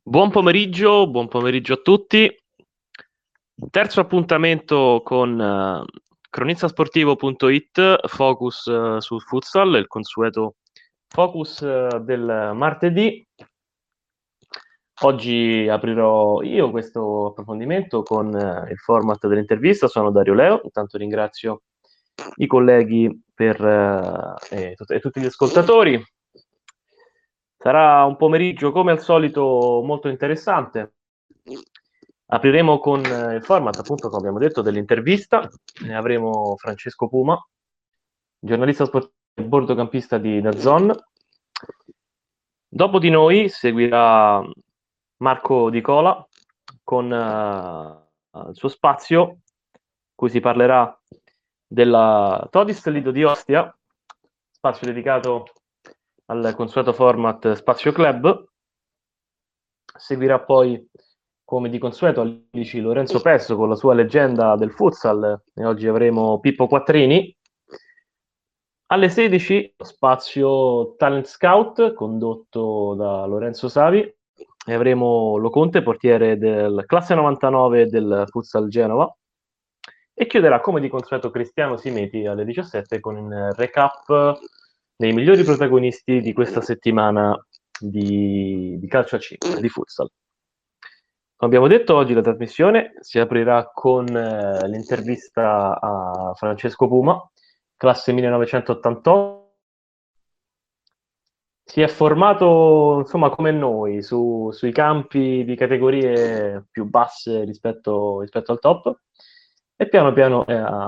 Buon pomeriggio a tutti. Terzo appuntamento con cronistasportivo.it, focus sul futsal, il consueto focus del martedì. Oggi aprirò io questo approfondimento con il format dell'intervista. Sono Dario Leo, intanto ringrazio i colleghi e tutti gli ascoltatori. Sarà un pomeriggio come al solito molto interessante. Apriremo con il format, appunto, come abbiamo detto, dell'intervista. Ne avremo Francesco Puma, giornalista sportivo e bordocampista di DAZN. Dopo di noi seguirà Marco Di Cola con il suo spazio, in cui si parlerà della Todis Lido di Ostia, spazio dedicato al consueto format Spazio Club. Seguirà poi, come di consueto, Alici Lorenzo Pesso con la sua leggenda del futsal, e oggi avremo Pippo Quattrini. Alle 16 spazio Talent Scout condotto da Lorenzo Savi, e avremo Lo Conte, portiere del classe 99 del futsal Genova, e chiuderà come di consueto Cristiano Simeti alle 17 con il recap dei migliori protagonisti di questa settimana di calcio a 5, di futsal. Come abbiamo detto, oggi la trasmissione si aprirà con l'intervista a Francesco Puma, classe 1988. Si è formato, insomma, come noi, sui campi di categorie più basse rispetto al top, e piano piano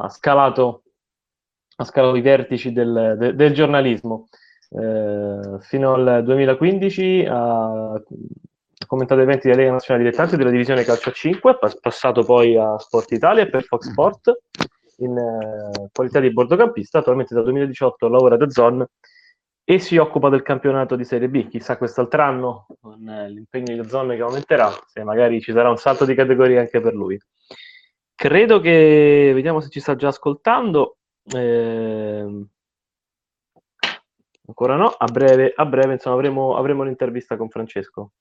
ha scalato i vertici del giornalismo. Fino al 2015 ha commentato eventi della Lega Nazionale Dilettanti della divisione calcio a 5, passato poi a Sport Italia e per Fox Sport in qualità di bordocampista. Attualmente dal 2018 lavora da Zon e si occupa del campionato di Serie B. Chissà quest'altro anno, con l'impegno di Zon che aumenterà, se magari ci sarà un salto di categoria anche per lui. Credo che, vediamo se ci sta già ascoltando. Ancora no, a breve insomma, avremo un'intervista con Francesco.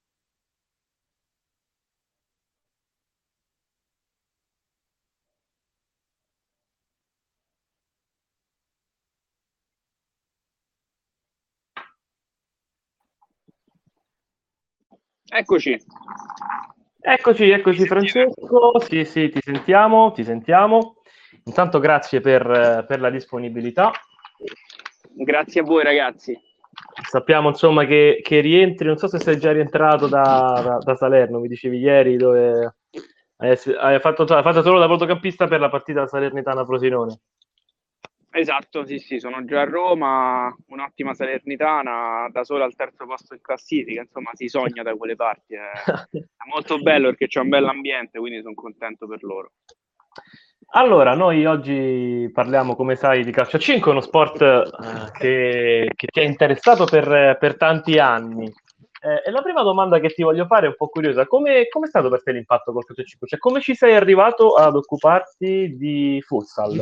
Eccoci. Eccoci Francesco, sì, ti sentiamo. Intanto grazie per la disponibilità. Grazie a voi ragazzi. Sappiamo insomma che rientri, non so se sei già rientrato da Salerno, mi dicevi ieri, dove hai fatto solo da bordocampista per la partita Salernitana-Frosinone. Esatto, sì, sono già a Roma, un'ottima Salernitana, da sola al terzo posto in classifica, insomma si sogna da quelle parti, è molto bello perché c'è un bell'ambiente, quindi sono contento per loro. Allora, noi oggi parliamo, come sai, di calcio a 5, uno sport che ti è interessato per tanti anni. E la prima domanda che ti voglio fare è un po' curiosa: come è stato per te l'impatto col calcio a 5? Cioè, come ci sei arrivato ad occuparti di futsal?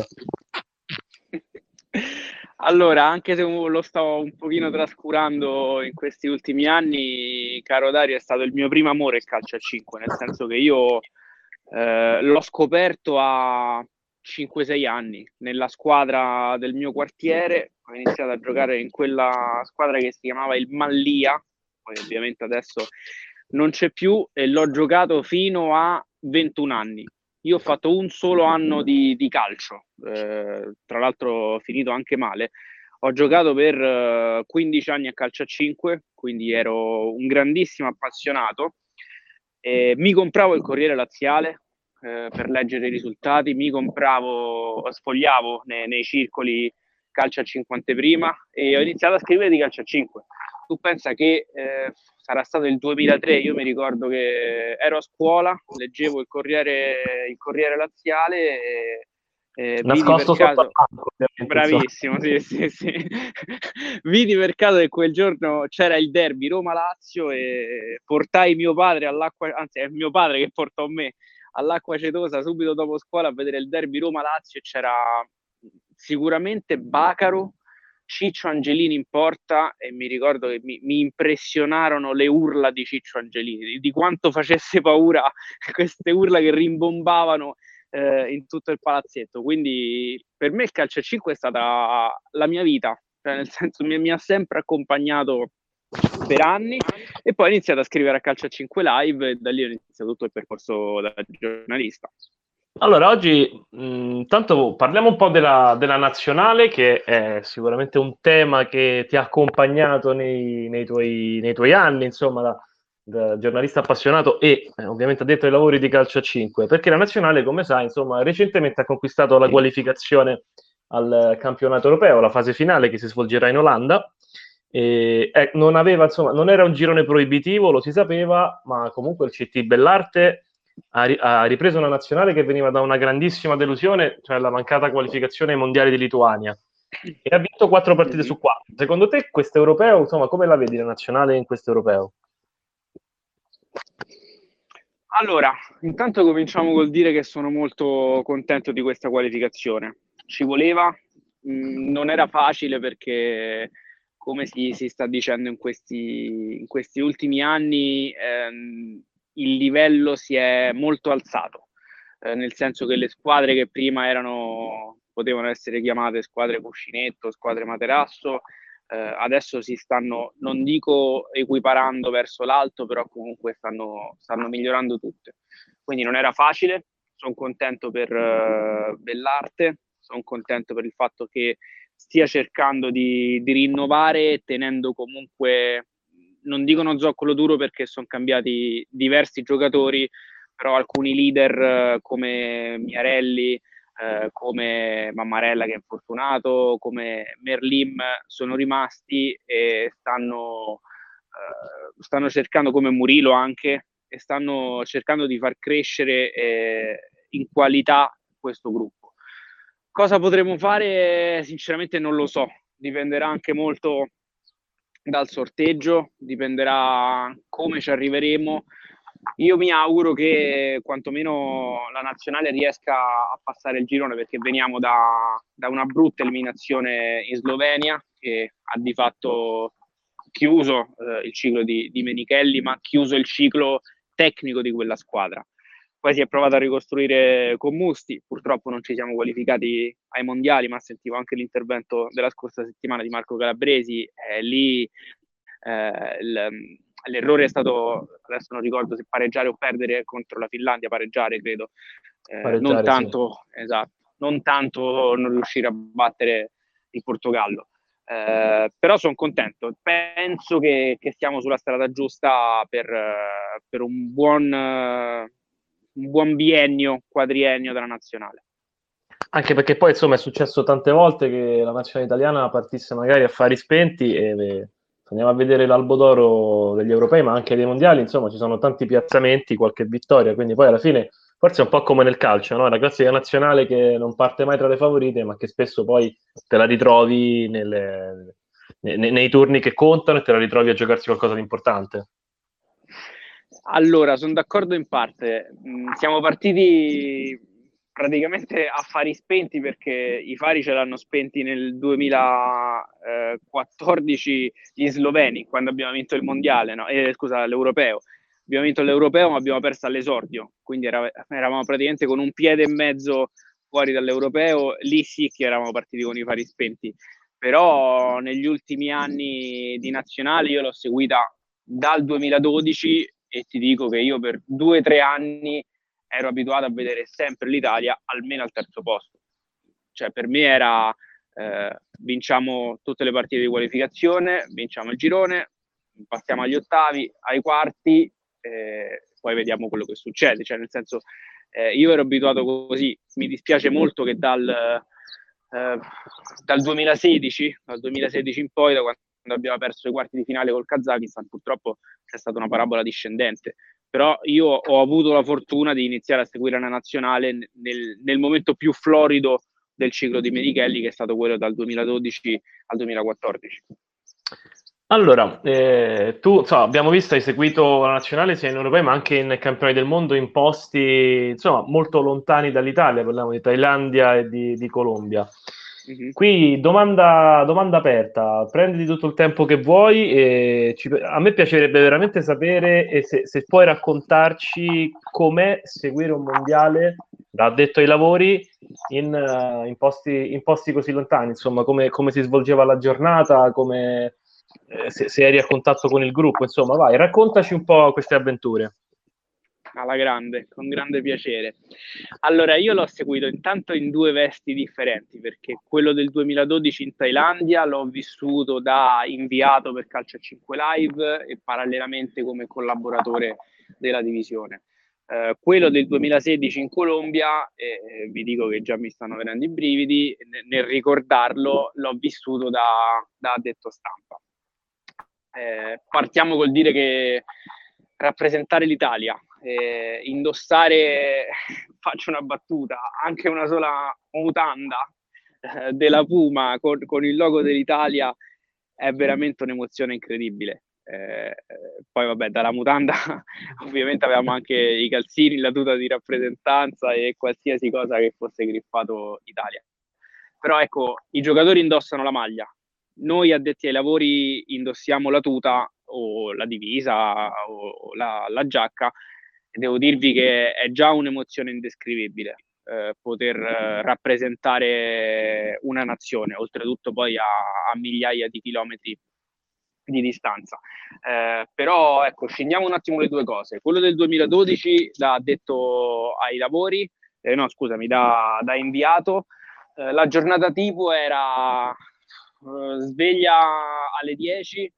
Allora, anche se lo sto un pochino trascurando in questi ultimi anni, caro Dario, è stato il mio primo amore il calcio a 5, nel senso che io l'ho scoperto a 5-6 anni nella squadra del mio quartiere. Ho iniziato a giocare in quella squadra che si chiamava il Mallia, poi ovviamente adesso non c'è più, e l'ho giocato fino a 21 anni. Io ho fatto un solo anno di calcio, tra l'altro ho finito anche male. Ho giocato per 15 anni a calcio a 5, quindi ero un grandissimo appassionato. Mi compravo il Corriere Laziale per leggere i risultati, sfogliavo nei circoli calcio a 5 anteprima e ho iniziato a scrivere di calcio a 5. Tu pensa che sarà stato il 2003, io mi ricordo che ero a scuola, leggevo il Corriere Laziale e vidi per Nascosto sotto al caso, banco, ovviamente, insomma. bravissimo, sì. Vidi per caso che quel giorno c'era il derby Roma-Lazio e portai mio padre all'acqua, anzi è mio padre che portò me all'Acqua Cetosa subito dopo scuola a vedere il derby Roma-Lazio, e c'era sicuramente Bacaro, Ciccio Angelini in porta, e mi ricordo che mi impressionarono le urla di Ciccio Angelini, di quanto facesse paura queste urla che rimbombavano in tutto il palazzetto. Quindi per me il calcio a 5 è stata la mia vita, cioè nel senso mi ha sempre accompagnato per anni, e poi ho iniziato a scrivere a Calcio a 5 Live, e da lì ho iniziato tutto il percorso da giornalista. Allora, oggi tanto parliamo un po' della nazionale, che è sicuramente un tema che ti ha accompagnato nei tuoi anni, insomma, da giornalista appassionato e ovviamente addetto ai lavori di Calcio a 5, perché la nazionale, come sai, insomma, recentemente ha conquistato la qualificazione al campionato europeo, la fase finale che si svolgerà in Olanda. Non aveva, insomma, non era un girone proibitivo, lo si sapeva, ma comunque il CT Bellarte ha ripreso una nazionale che veniva da una grandissima delusione, cioè la mancata qualificazione ai mondiali di Lituania, e ha vinto 4 partite su 4. Secondo te questo europeo, insomma, come la vedi la nazionale in questo europeo? Allora, intanto cominciamo col dire che sono molto contento di questa qualificazione. Ci voleva, non era facile perché, come si sta dicendo in questi ultimi anni, il livello si è molto alzato, nel senso che le squadre che prima potevano essere chiamate squadre cuscinetto, squadre materasso, adesso si stanno, non dico equiparando verso l'alto, però comunque stanno migliorando tutte. Quindi non era facile, sono contento per Bellarte, sono contento per il fatto che stia cercando di rinnovare, tenendo comunque, non dico uno zoccolo duro perché sono cambiati diversi giocatori, però alcuni leader come Miarelli, come Mammarella che è infortunato, come Merlim sono rimasti e stanno cercando, come Murilo anche, e stanno cercando di far crescere in qualità questo gruppo. Cosa potremo fare? Sinceramente non lo so, dipenderà anche molto dal sorteggio, dipenderà come ci arriveremo. Io mi auguro che quantomeno la nazionale riesca a passare il girone, perché veniamo da una brutta eliminazione in Slovenia, che ha di fatto chiuso il ciclo di Menichelli, ma chiuso il ciclo tecnico di quella squadra. Poi si è provato a ricostruire con Musti, purtroppo non ci siamo qualificati ai mondiali, ma sentivo anche l'intervento della scorsa settimana di Marco Calabresi, lì l'errore è stato, adesso non ricordo se pareggiare o perdere contro la Finlandia, pareggiare credo, non tanto, sì. Esatto, non tanto non riuscire a battere il Portogallo. Però sono contento, penso che stiamo sulla strada giusta per un buon biennio, quadriennio della nazionale. Anche perché poi insomma è successo tante volte che la nazionale italiana partisse magari a fari spenti e andiamo a vedere l'albo d'oro degli europei, ma anche dei mondiali, insomma ci sono tanti piazzamenti, qualche vittoria, quindi poi alla fine forse è un po' come nel calcio, no? La classica nazionale che non parte mai tra le favorite, ma che spesso poi te la ritrovi nei turni che contano e te la ritrovi a giocarsi qualcosa di importante. Allora, sono d'accordo in parte. Siamo partiti praticamente a fari spenti, perché i fari ce l'hanno spenti nel 2014 gli sloveni, quando abbiamo vinto il mondiale, no? Scusa, l'europeo. Abbiamo vinto l'europeo, ma abbiamo perso all'esordio, quindi eravamo praticamente con un piede e mezzo fuori dall'europeo. Lì sì che eravamo partiti con i fari spenti. Però negli ultimi anni di nazionale io l'ho seguita dal 2012, e ti dico che io per 2 o 3 anni ero abituato a vedere sempre l'Italia almeno al terzo posto. Cioè per me era vinciamo tutte le partite di qualificazione, vinciamo il girone, passiamo agli ottavi, ai quarti, poi vediamo quello che succede. Cioè nel senso, io ero abituato così. Mi dispiace molto che dal 2016 in poi, da quando abbiamo perso i quarti di finale col Kazakistan, purtroppo c'è stata una parabola discendente. Però io ho avuto la fortuna di iniziare a seguire la nazionale nel momento più florido del ciclo di Menichelli, che è stato quello dal 2012 al 2014. Allora, tu abbiamo visto, hai seguito la nazionale sia in europei ma anche in campioni del mondo in posti insomma molto lontani dall'Italia, parliamo di Thailandia e di Colombia. Mhm. Qui domanda aperta, prenditi tutto il tempo che vuoi e a me piacerebbe veramente sapere se puoi raccontarci com'è seguire un mondiale da addetto ai lavori in posti così lontani, insomma, come si svolgeva la giornata, se eri a contatto con il gruppo, insomma, vai, raccontaci un po' queste avventure. Alla grande, con grande piacere. Allora, io l'ho seguito intanto in due vesti differenti, perché quello del 2012 in Thailandia l'ho vissuto da inviato per Calcio a 5 Live e parallelamente come collaboratore della divisione. Quello del 2016 in Colombia, vi dico che già mi stanno venendo i brividi, nel ricordarlo l'ho vissuto da addetto stampa. Partiamo col dire che rappresentare l'Italia, indossare, faccio una battuta, anche una sola mutanda della Puma con il logo dell'Italia è veramente un'emozione incredibile. Poi vabbè, dalla mutanda ovviamente avevamo anche i calzini, la tuta di rappresentanza e qualsiasi cosa che fosse griffato Italia. Però ecco, i giocatori indossano la maglia, noi addetti ai lavori indossiamo la tuta o la divisa o la giacca e devo dirvi che è già un'emozione indescrivibile poter rappresentare una nazione, oltretutto poi a migliaia di chilometri di distanza. Però ecco, scendiamo un attimo le due cose. Quello del 2012 da addetto ai lavori, no scusami, da inviato, la giornata tipo era sveglia alle 10,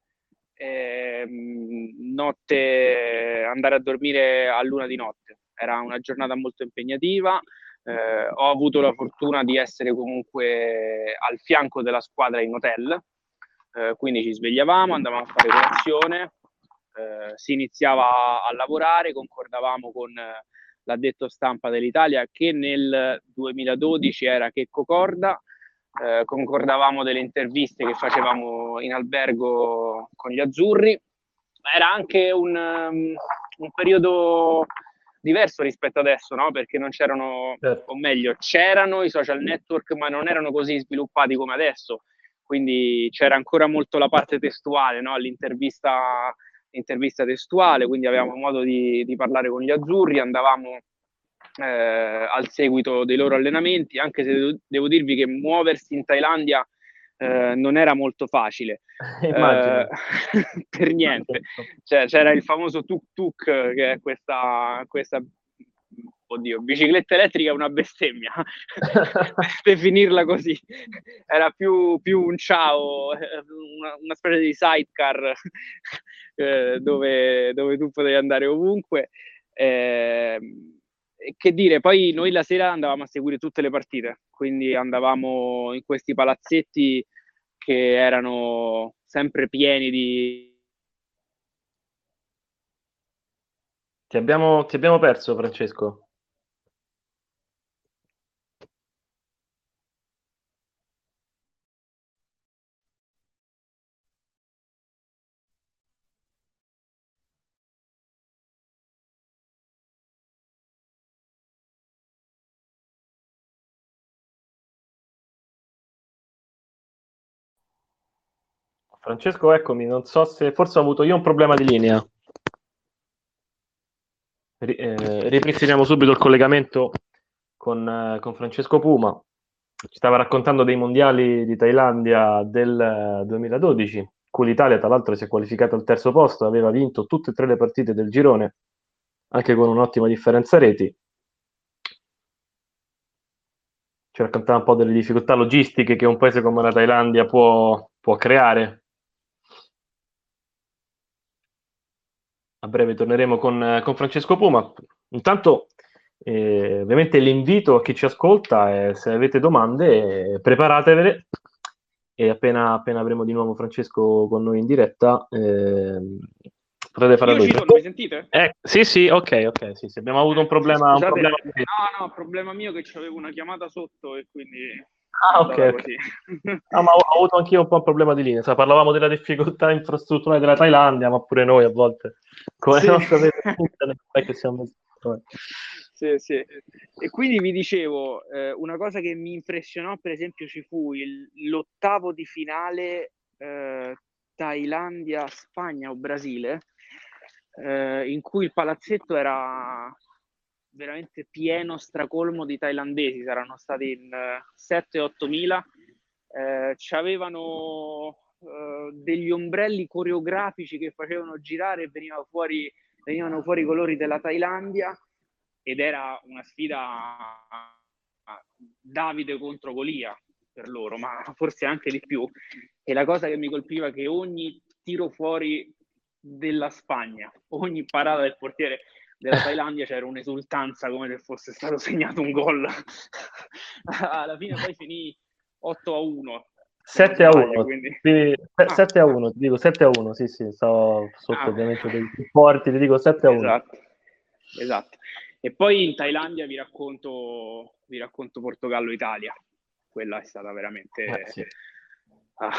notte, andare a dormire a luna di notte. Era una giornata molto impegnativa. Ho avuto la fortuna di essere comunque al fianco della squadra in hotel, quindi ci svegliavamo, andavamo a fare colazione, si iniziava a lavorare, concordavamo con l'addetto stampa dell'Italia che nel 2012 era Checco Corda, concordavamo delle interviste che facevamo in albergo con gli azzurri. Era anche un periodo diverso rispetto adesso, no? Perché non c'erano, Certo. o meglio, c'erano i social network, ma non erano così sviluppati come adesso. Quindi c'era ancora molto la parte testuale, no? L'intervista testuale, quindi avevamo modo di parlare con gli azzurri, andavamo al seguito dei loro allenamenti, anche se devo dirvi che muoversi in Thailandia non era molto facile. Immagino. Per niente. Cioè, c'era il famoso tuk tuk, che è questa oddio, bicicletta elettrica è una bestemmia per definirla così. Era più un ciao, una specie di sidecar dove tu potevi andare ovunque. Che dire, poi noi la sera andavamo a seguire tutte le partite, quindi andavamo in questi palazzetti che erano sempre pieni di... Ti abbiamo perso, Francesco. Francesco, eccomi, non so se forse ho avuto io un problema di linea. Ripristiniamo subito il collegamento con Francesco Puma. Ci stava raccontando dei mondiali di Thailandia del 2012, cui l'Italia tra l'altro si è qualificata al terzo posto, aveva vinto tutte e tre le partite del girone, anche con un'ottima differenza reti. Ci raccontava un po' delle difficoltà logistiche che un paese come la Thailandia può creare. A breve torneremo con Francesco Puma. Intanto, ovviamente l'invito a chi ci ascolta è, se avete domande, preparatevele e appena avremo di nuovo Francesco con noi in diretta, potete fare a Io lui. ci sono, mi sentite? Sì, ok, sì, abbiamo avuto un problema, Scusate, di... no, problema mio che avevo una chiamata sotto e quindi è Ah, ok, andata ok. così. No, ma ho avuto anch'io un po' un problema di linea. Parlavamo della difficoltà infrastrutturale della Thailandia, ma pure noi a volte, come Sì. non sapete, internet, non è che siamo... Sì, sì. E quindi vi dicevo, una cosa che mi impressionò, per esempio, ci fu l'ottavo di finale Thailandia, Spagna o Brasile, in cui il palazzetto era veramente pieno, stracolmo di thailandesi, saranno stati in 7-8 mila, c'avevano degli ombrelli coreografici che facevano girare e venivano fuori i colori della Thailandia, ed era una sfida Davide contro Golia per loro, ma forse anche di più. E la cosa che mi colpiva è che ogni tiro fuori della Spagna, ogni parata del portiere della Thailandia c'era un'esultanza come se fosse stato segnato un gol. Alla fine poi finì 8-1, se non 7 a sbaglio, 1, quindi... quindi, Ah, 7 a 1, ti dico 7 a 1, sì, sì, sto sotto ah, ovviamente dei più forti, ti dico 7 a 1. esatto, esatto. E poi in Thailandia vi racconto Portogallo-Italia. Quella è stata veramente... Sì. Ah.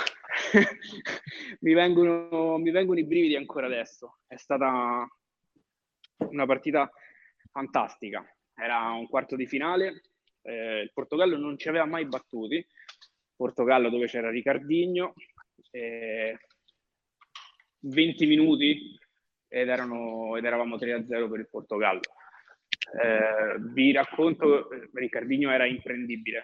mi vengono i brividi ancora adesso. È stata una partita fantastica. Era un quarto di finale, il Portogallo non ci aveva mai battuti, Portogallo dove c'era Ricardinho, 20 minuti ed eravamo 3-0 per il Portogallo. Vi racconto, Ricardinho era imprendibile.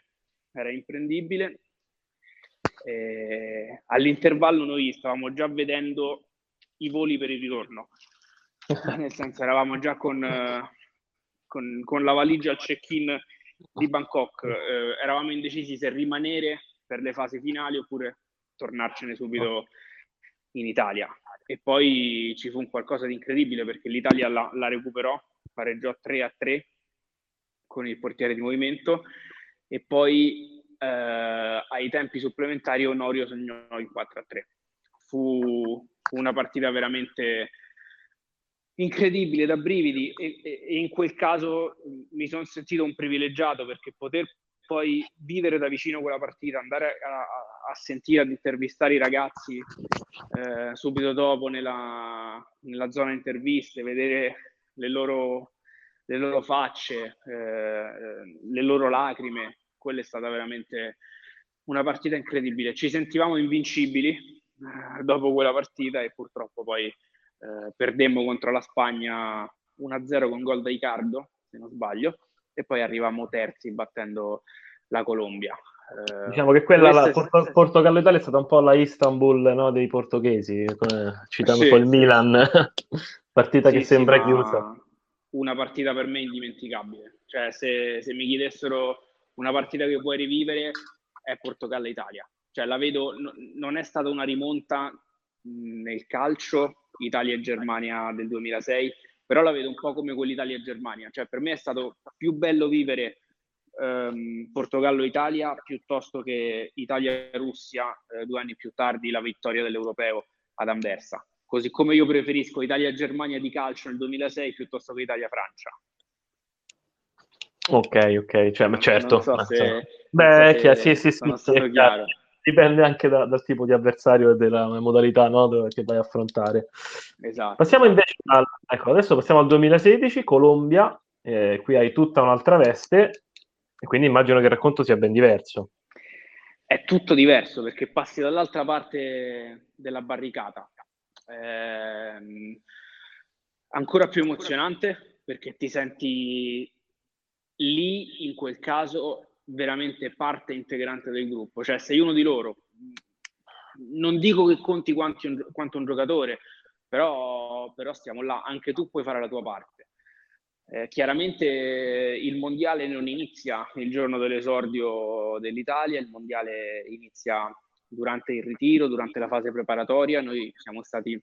All'intervallo noi stavamo già vedendo i voli per il ritorno, nel senso eravamo già con la valigia al check-in di Bangkok, eravamo indecisi se rimanere per le fasi finali oppure tornarcene subito in Italia. E poi ci fu un qualcosa di incredibile perché l'Italia la recuperò, pareggiò 3-3 con il portiere di movimento, e poi ai tempi supplementari Onorio segnò il 4-3. Fu una partita veramente incredibile, da brividi, e in quel caso mi sono sentito un privilegiato perché poter poi vivere da vicino quella partita, andare a sentire, ad intervistare i ragazzi subito dopo nella zona interviste, vedere le loro facce, le loro lacrime, quella è stata veramente una partita incredibile. Ci sentivamo invincibili dopo quella partita e purtroppo poi perdemmo contro la Spagna 1-0 con gol da Icardo, se non sbaglio, e poi arrivavamo terzi battendo la Colombia. Diciamo che quella, Portogallo-Italia è stata un po' la Istanbul, no, dei portoghesi, citando un po' Sì, il Milan, partita che sì, sì, sembra chiusa. ma una partita per me indimenticabile. Cioè, se mi chiedessero una partita che puoi rivivere, è Portogallo-Italia. Cioè, la vedo, non è stata una rimonta nel calcio, Italia e Germania del 2006, però la vedo un po' come quell'Italia e Germania. Cioè, per me è stato più bello vivere Portogallo-Italia piuttosto che Italia-Russia 2 anni più tardi, la vittoria dell'Europeo ad Anversa. Così come io preferisco Italia-Germania di calcio nel 2006 piuttosto che Italia-Francia. Ok, cioè, ma Non certo. so se, Sì, sono sì, è stato chiaro. chiaro. Dipende anche dal tipo di avversario e della modalità, no, che vai a affrontare. Esatto, Passiamo esatto. invece ecco, adesso passiamo al 2016, Colombia, qui hai tutta un'altra veste e quindi immagino che il racconto sia ben diverso. È tutto diverso perché passi dall'altra parte della barricata. Ancora più emozionante perché ti senti lì, in quel caso, veramente parte integrante del gruppo. Cioè, sei uno di loro. Non dico che conti quanto un giocatore, però stiamo là. Anche tu puoi fare la tua parte. Chiaramente il mondiale non inizia il giorno dell'esordio dell'Italia, il mondiale inizia durante il ritiro, durante la fase preparatoria. Noi siamo stati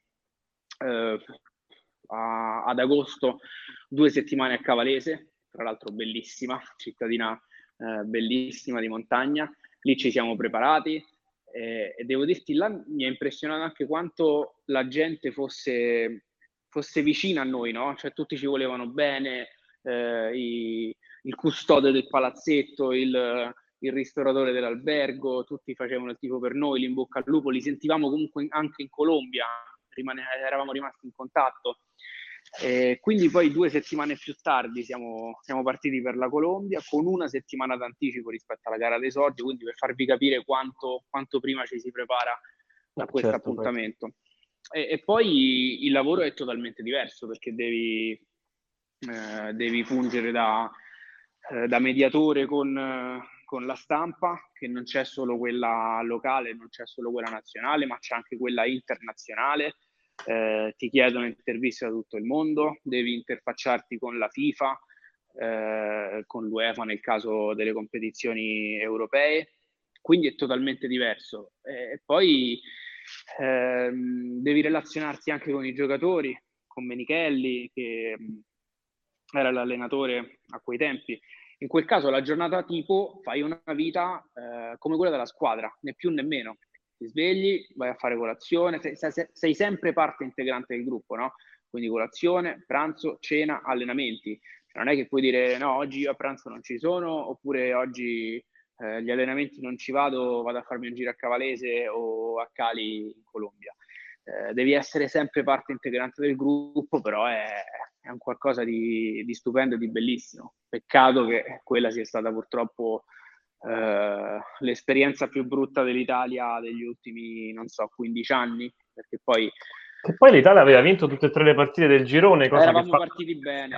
ad agosto 2 settimane a Cavalese, tra l'altro bellissima, cittadina bellissima di montagna. Lì ci siamo preparati e devo dirti, là mi ha impressionato anche quanto la gente fosse vicina a noi, no? Cioè tutti ci volevano bene, il custode del palazzetto, il ristoratore dell'albergo, tutti facevano il tifo per noi, l'in bocca al lupo, li sentivamo comunque anche in Colombia, eravamo rimasti in contatto. Quindi poi 2 settimane più tardi siamo partiti per la Colombia con una settimana d'anticipo rispetto alla gara d'esordio, quindi per farvi capire quanto prima ci si prepara a questo certo, appuntamento. E poi il lavoro è totalmente diverso perché devi fungere da mediatore con la stampa, che non c'è solo quella locale, non c'è solo quella nazionale, ma c'è anche quella internazionale. Ti chiedono interviste da tutto il mondo, devi interfacciarti con la FIFA, con l'UEFA nel caso delle competizioni europee, quindi è totalmente diverso. E poi devi relazionarti anche con i giocatori, con Menichelli, che era l'allenatore a quei tempi. In quel caso la giornata tipo fai una vita come quella della squadra, né più né meno. Ti svegli, vai a fare colazione, sei sempre parte integrante del gruppo, no? Quindi colazione, pranzo, cena, allenamenti. Non è che puoi dire no, oggi io a pranzo non ci sono, oppure oggi gli allenamenti non ci vado a farmi un giro a Cavalese o a Cali in Colombia. Devi essere sempre parte integrante del gruppo, però è un qualcosa di stupendo e di bellissimo. Peccato che quella sia stata purtroppo l'esperienza più brutta dell'Italia degli ultimi, non so, 15 anni, perché poi Che poi l'Italia aveva vinto tutte e 3 le partite del girone, cosa eravamo partiti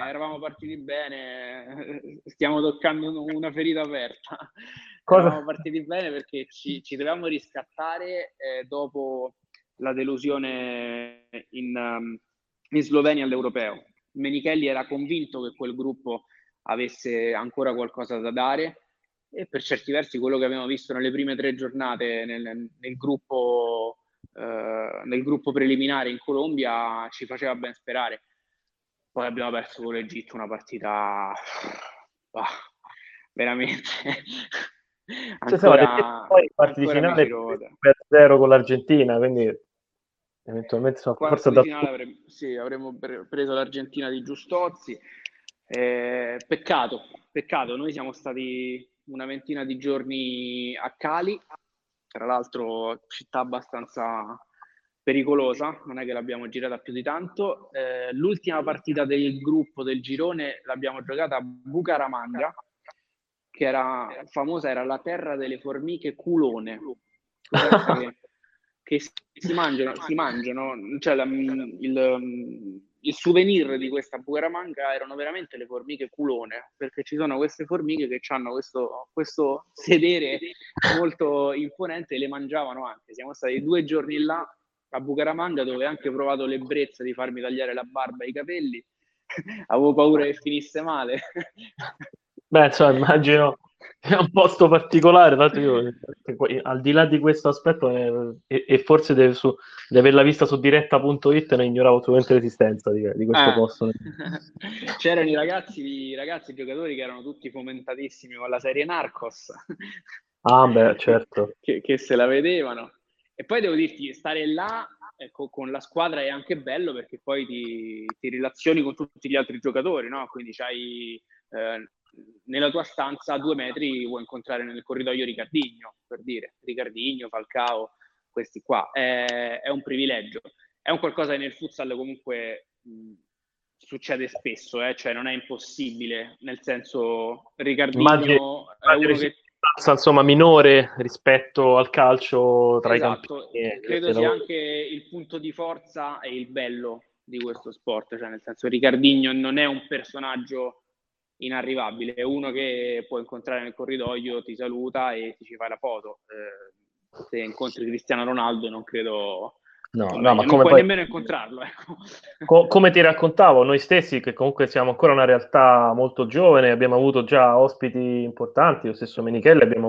bene, stiamo toccando una ferita aperta. Eravamo partiti bene perché ci dovevamo riscattare dopo la delusione in Slovenia all'Europeo. Menichelli era convinto che quel gruppo avesse ancora qualcosa da dare e per certi versi quello che abbiamo visto nelle prime 3 giornate nel gruppo preliminare in Colombia ci faceva ben sperare. Poi abbiamo perso con l'Egitto una partita veramente ancora poi quarti di finale 0 con l'Argentina, quindi eventualmente quarto di finale avremmo preso l'Argentina di Giustozzi. Peccato, noi siamo stati una ventina di giorni a Cali, tra l'altro città abbastanza pericolosa, non è che l'abbiamo girata più di tanto. L'ultima partita del gruppo del girone l'abbiamo giocata a Bucaramanga, che era famosa, era la terra delle formiche culone. Che si mangiano, cioè il souvenir di questa Bucaramanga erano veramente le formiche culone, perché ci sono queste formiche che hanno questo sedere molto imponente e le mangiavano anche. Siamo stati 2 giorni là a Bucaramanga, dove ho anche provato l'ebbrezza di farmi tagliare la barba e i capelli. Avevo paura che finisse male. Beh, insomma, immagino è un posto particolare, tanto io, al di là di questo aspetto, e forse di averla vista su diretta.it, ne ignoravo totalmente l'esistenza di questo posto. C'erano i ragazzi giocatori che erano tutti fomentatissimi con la serie Narcos. Ah, beh, certo. che se la vedevano. E poi devo dirti, stare là con la squadra è anche bello perché poi ti relazioni con tutti gli altri giocatori, no? Quindi c'hai nella tua stanza a 2 metri vuoi incontrare nel corridoio Ricardinho, per dire, Ricardinho, Falcao, questi qua. È un privilegio. È un qualcosa che nel futsal comunque succede spesso, cioè non è impossibile, nel senso Ricardinho è uno che insomma minore rispetto al calcio tra i campioni. Credo sia anche il punto di forza e il bello di questo sport, cioè nel senso Ricardinho non è un personaggio inarrivabile, è uno che puoi incontrare nel corridoio, ti saluta e ti ci fai la foto. Se incontri Cristiano Ronaldo non credo ma non puoi nemmeno incontrarlo, ecco. Come ti raccontavo, noi stessi, che comunque siamo ancora una realtà molto giovane, abbiamo avuto già ospiti importanti, lo stesso Menichelli, abbiamo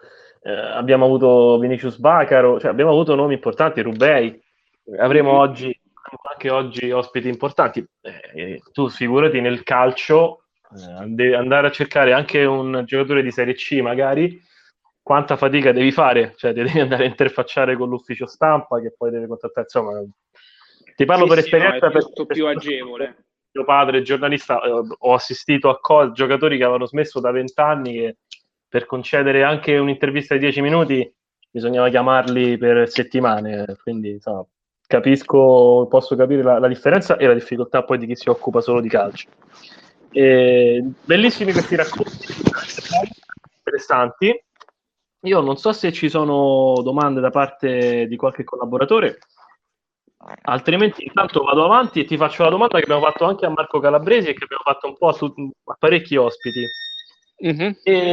avuto Vinicius Bacaro, cioè abbiamo avuto nomi importanti, Rubei, avremo anche oggi ospiti importanti. Tu figurati nel calcio, andare a cercare anche un giocatore di Serie C magari, quanta fatica devi fare, cioè devi andare a interfacciare con l'ufficio stampa che poi deve contattare, insomma, ti parlo per esperienza. No, è tutto più agevole. Mio padre, giornalista, ho assistito a giocatori che avevano smesso da 20 anni che per concedere anche un'intervista di 10 minuti bisognava chiamarli per settimane, quindi insomma, posso capire la differenza e la difficoltà poi di chi si occupa solo di calcio. Bellissimi questi racconti, interessanti. Io non so se ci sono domande da parte di qualche collaboratore, altrimenti intanto vado avanti e ti faccio la domanda che abbiamo fatto anche a Marco Calabresi e che abbiamo fatto un po' a parecchi ospiti. Mm-hmm.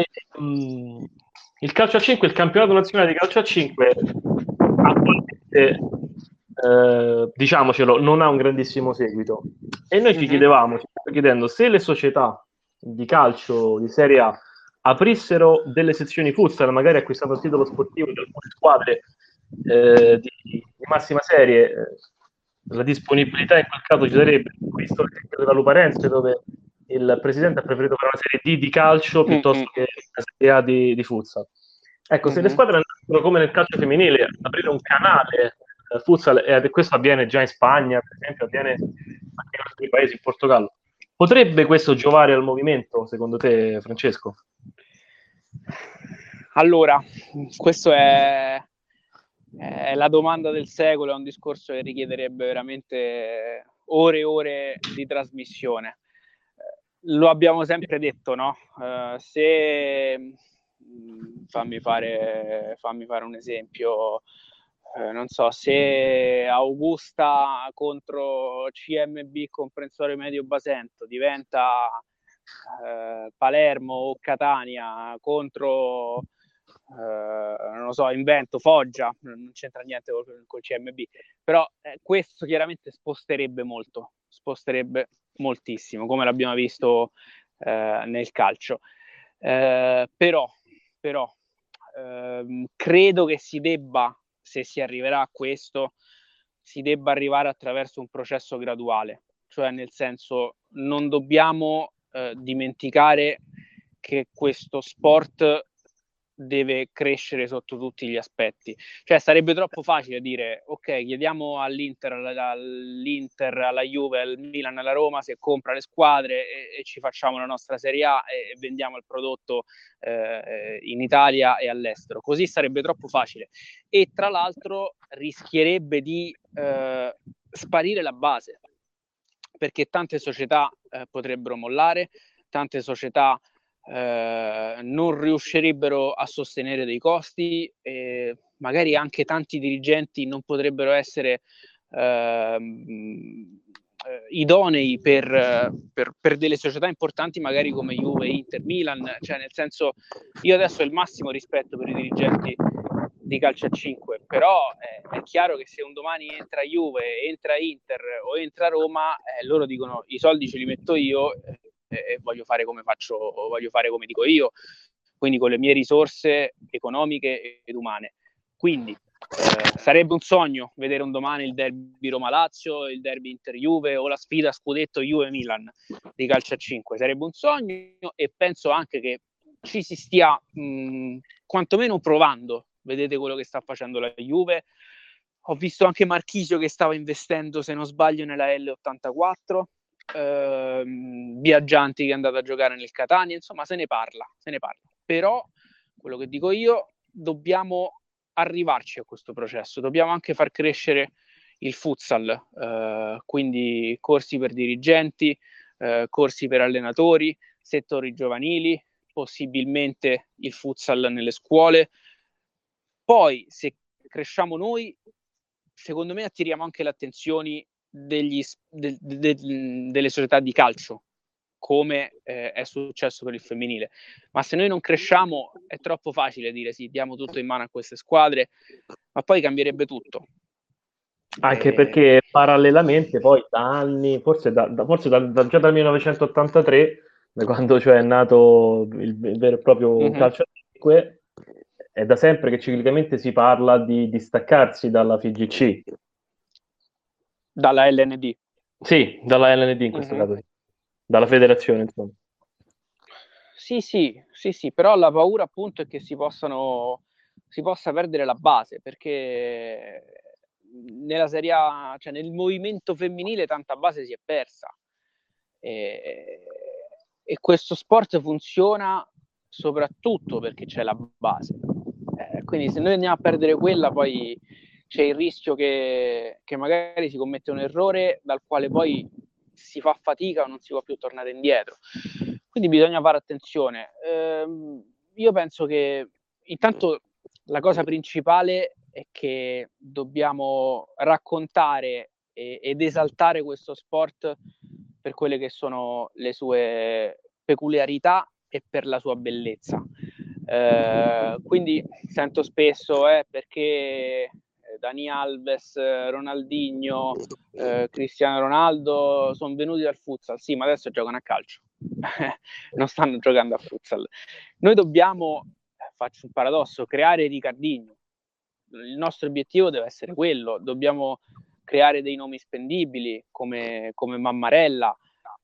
Il calcio a 5, il campionato nazionale di calcio a 5 attualmente, diciamocelo, non ha un grandissimo seguito e noi ci stiamo chiedendo se le società di calcio di Serie A aprissero delle sezioni futsal, magari acquistando il titolo sportivo di alcune squadre di massima serie, la disponibilità in quel caso ci sarebbe. Visto l'esempio della Luparense, dove il presidente ha preferito fare una serie D di calcio piuttosto che una serie A di futsal. Ecco, se le squadre andassero come nel calcio femminile ad aprire un canale futsal, e questo avviene già in Spagna, per esempio, avviene anche in altri paesi, in Portogallo, potrebbe questo giovare al movimento, secondo te, Francesco? Allora, questo è la domanda del secolo, è un discorso che richiederebbe veramente ore e ore di trasmissione. Lo abbiamo sempre detto, no? Se fammi fare un esempio, non so, se Augusta contro CMB Comprensorio Medio Basento diventa Palermo o Catania contro non lo so, invento Foggia, non c'entra niente col CMB, però questo chiaramente sposterebbe moltissimo, come l'abbiamo visto nel calcio. Però credo che si debba, se si arriverà a questo, si debba arrivare attraverso un processo graduale, cioè nel senso non dobbiamo dimenticare che questo sport deve crescere sotto tutti gli aspetti. Cioè sarebbe troppo facile dire ok, chiediamo all'Inter, alla Juve, al Milan, alla Roma se compra le squadre e ci facciamo la nostra Serie A e vendiamo il prodotto in Italia e all'estero. Così sarebbe troppo facile e tra l'altro rischierebbe di sparire la base, perché tante società potrebbero mollare, tante società non riuscirebbero a sostenere dei costi e magari anche tanti dirigenti non potrebbero essere idonei per delle società importanti magari come Juve, Inter, Milan, cioè nel senso, io adesso ho il massimo rispetto per i dirigenti di calcio a 5, però è chiaro che se un domani entra Juve, entra Inter o entra Roma, loro dicono i soldi ce li metto io e voglio fare come dico io, quindi con le mie risorse economiche ed umane. Quindi sarebbe un sogno vedere un domani il derby Roma-Lazio, il derby Inter-Juve o la sfida scudetto Juve-Milan di calcio a 5, sarebbe un sogno e penso anche che ci si stia quantomeno provando. Vedete quello che sta facendo la Juve. Ho visto anche Marchisio che stava investendo, se non sbaglio, nella L84, Viaggianti che è andato a giocare nel Catania, insomma se ne parla. Però quello che dico io, dobbiamo arrivarci a questo processo, dobbiamo anche far crescere il futsal, quindi corsi per dirigenti, corsi per allenatori, settori giovanili, possibilmente il futsal nelle scuole. Poi se cresciamo noi, secondo me attiriamo anche l'attenzione delle società di calcio, come è successo per il femminile. Ma se noi non cresciamo è troppo facile dire sì, diamo tutto in mano a queste squadre, ma poi cambierebbe tutto. Anche perché parallelamente poi da anni, forse già dal 1983, da quando cioè è nato il vero e proprio calcio a 5, è da sempre che ciclicamente si parla di distaccarsi dalla FIGC. Dalla LND. Sì, dalla LND in questo caso, sì. Dalla federazione, insomma. Sì, però la paura appunto è che si possa perdere la base, perché nella Serie A, cioè nel movimento femminile tanta base si è persa e questo sport funziona soprattutto perché c'è la base, quindi se noi andiamo a perdere quella poi c'è il rischio che magari si commette un errore dal quale poi si fa fatica o non si può più tornare indietro. Quindi bisogna fare attenzione. Io penso che intanto la cosa principale è che dobbiamo raccontare ed esaltare questo sport per quelle che sono le sue peculiarità e per la sua bellezza. Quindi sento spesso perché Dani Alves, Ronaldinho, Cristiano Ronaldo sono venuti dal futsal. Sì, ma adesso giocano a calcio. Non stanno giocando a futsal. Noi dobbiamo, faccio un paradosso, creare Ricardinho. Il nostro obiettivo deve essere quello. Dobbiamo creare dei nomi spendibili come Mammarella,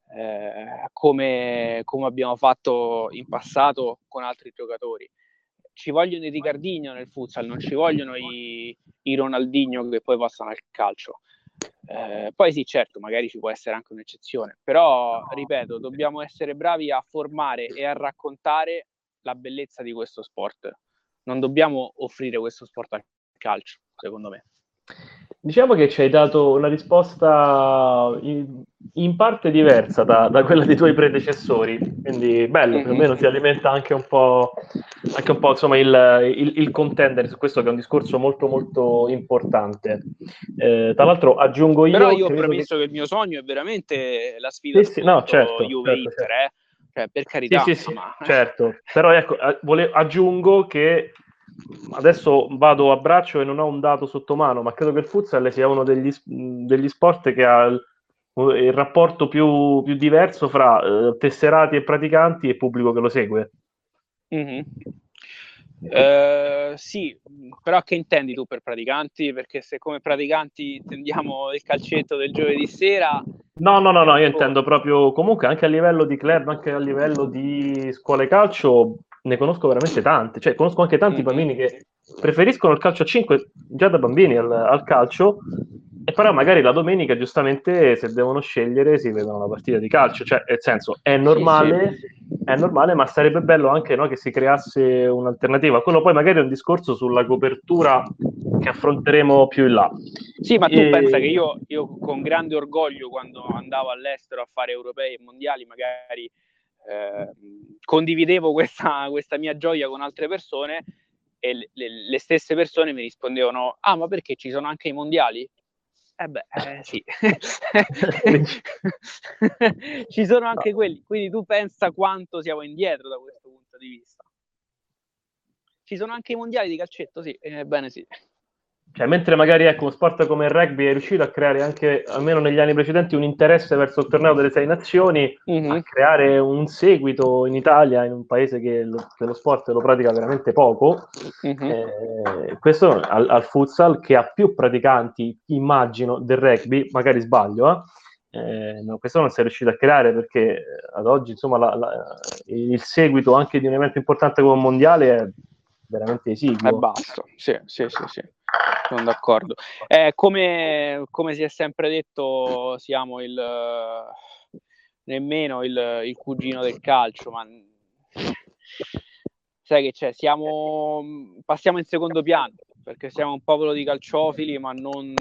come abbiamo fatto in passato con altri giocatori. Ci vogliono i Ricardinho nel futsal, non ci vogliono i Ronaldinho che poi passano al calcio. Poi sì, certo, magari ci può essere anche un'eccezione, però ripeto, dobbiamo essere bravi a formare e a raccontare la bellezza di questo sport. Non dobbiamo offrire questo sport al calcio, secondo me. Diciamo che ci hai dato una risposta in parte diversa da quella dei tuoi predecessori, quindi bello, più o meno si alimenta anche un po' insomma il contendere su questo, che è un discorso molto molto importante. Tra l'altro aggiungo io... Però io ho premesso che il mio sogno è veramente la sfida no, certo, Juve-Inter, certo. Cioè, per carità. Sì, certo, però ecco, aggiungo che adesso vado a braccio e non ho un dato sotto mano, ma credo che il futsal sia uno degli sport che ha il rapporto più diverso fra tesserati e praticanti e pubblico che lo segue. Sì, però che intendi tu per praticanti? Perché se come praticanti intendiamo il calcetto del giovedì sera... No, io intendo proprio comunque anche a livello di club, anche a livello di scuole calcio, ne conosco veramente tante, cioè conosco anche tanti bambini che preferiscono il calcio a 5 già da bambini al calcio, e però magari la domenica giustamente se devono scegliere si vedono la partita di calcio, cioè nel senso è normale, è normale, ma sarebbe bello anche, no, che si creasse un'alternativa. Quello poi magari è un discorso sulla copertura che affronteremo più in là. Sì, ma tu pensa che io con grande orgoglio, quando andavo all'estero a fare europei e mondiali, magari condividevo questa mia gioia con altre persone, e le stesse persone mi rispondevano: ah, ma perché ci sono anche i mondiali? Sì. Ci sono anche quelli, quindi tu pensa quanto siamo indietro da questo punto di vista. Ci sono anche i mondiali di calcetto, sì, ebbene sì. Cioè, mentre magari ecco, uno sport come il rugby è riuscito a creare anche, almeno negli anni precedenti, un interesse verso il torneo delle 6 nazioni, a creare un seguito in Italia, in un paese che lo sport lo pratica veramente poco, questo al futsal, che ha più praticanti, immagino, del rugby, magari sbaglio, no, questo non si è riuscito a creare, perché ad oggi insomma il seguito anche di un evento importante come un mondiale è veramente esiguo. È basso, sì, sono d'accordo. Come si è sempre detto, siamo nemmeno il cugino del calcio, ma sai che c'è, passiamo in secondo piano, perché siamo un popolo di calciofili, ma non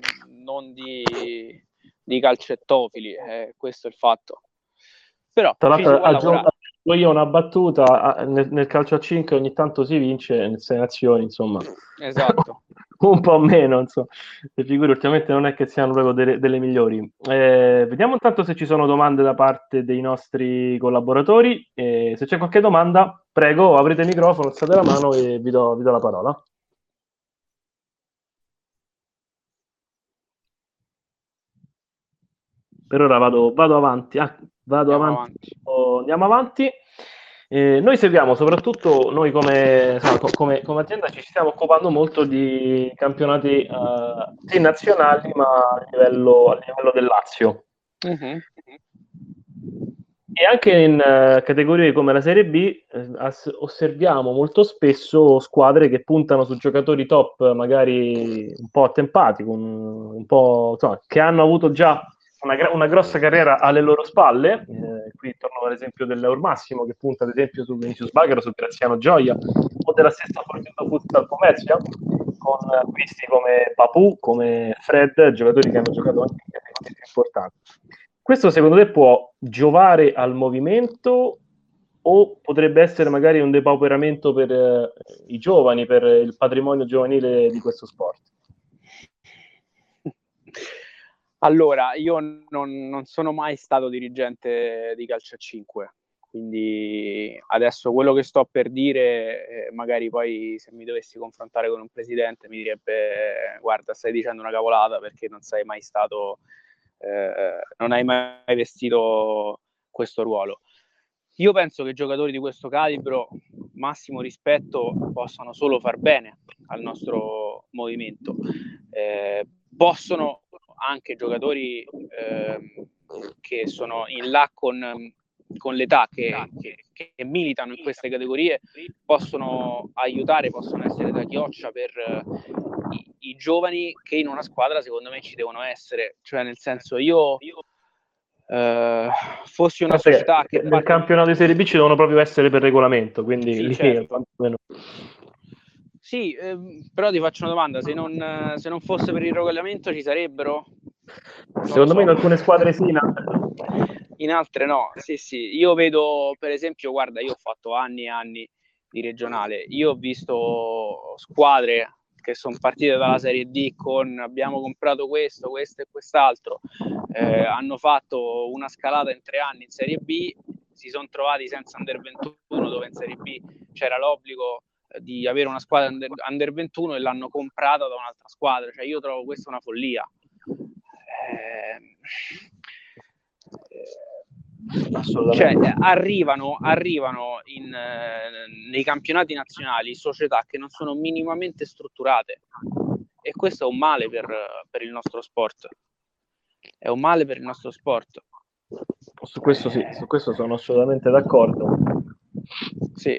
di calcettofili, questo è il fatto. Però tra l'altro aggiungo io una battuta: nel calcio a 5 ogni tanto si vince, nelle 6 nazioni insomma esatto. un po' meno, insomma, le figure ultimamente non è che siano proprio delle migliori. Vediamo intanto se ci sono domande da parte dei nostri collaboratori, se c'è qualche domanda prego, aprite il microfono, alzate la mano e vi do la parola. Per ora vado avanti. Andiamo avanti. Noi seguiamo, soprattutto noi come azienda, ci stiamo occupando molto di campionati sì, nazionali, ma a livello del Lazio. E anche in categorie come la Serie B osserviamo molto spesso squadre che puntano su giocatori top, magari un po' attempati, un po', insomma, che hanno avuto già una grossa carriera alle loro spalle. Qui torno all'esempio dell'Eur Massimo, che punta ad esempio su Vinicius Bagaro, su Graziano Gioia, o della stessa Fortuna Futsal Pomezia, con acquisti come Papù, come Fred, giocatori che hanno giocato anche in categorie più importanti. Questo secondo te può giovare al movimento o potrebbe essere magari un depauperamento per i giovani, per il patrimonio giovanile di questo sport? Allora, io non sono mai stato dirigente di calcio a 5, quindi adesso quello che sto per dire, magari poi se mi dovessi confrontare con un presidente mi direbbe guarda, stai dicendo una cavolata perché non sei mai stato, non hai mai vestito questo ruolo. Io penso che giocatori di questo calibro, massimo rispetto, possano solo far bene al nostro movimento. Possono anche giocatori che sono in là con l'età, che militano in queste categorie, possono aiutare, possono essere da chioccia per i giovani che in una squadra secondo me ci devono essere. Cioè, nel senso, io fossi una società che nel campionato di Serie B ci devono proprio essere per regolamento, quindi sì, lì certo. Sì, però ti faccio una domanda, se non fosse per il regolamento ci sarebbero? Secondo me in alcune squadre sì, in altre no. In altre no, sì, io vedo, per esempio, guarda, io ho fatto anni e anni di regionale, io ho visto squadre che sono partite dalla Serie D con abbiamo comprato questo e quest'altro, hanno fatto una scalata in 3 anni in Serie B, si sono trovati senza Under 21, dove in Serie B c'era l'obbligo di avere una squadra Under 21 e l'hanno comprata da un'altra squadra. Cioè, io trovo questa una follia. Cioè, arrivano nei campionati nazionali società che non sono minimamente strutturate, e questo è un male per il nostro sport. È un male per il nostro sport. Su questo sì, su questo sono assolutamente d'accordo. Sì.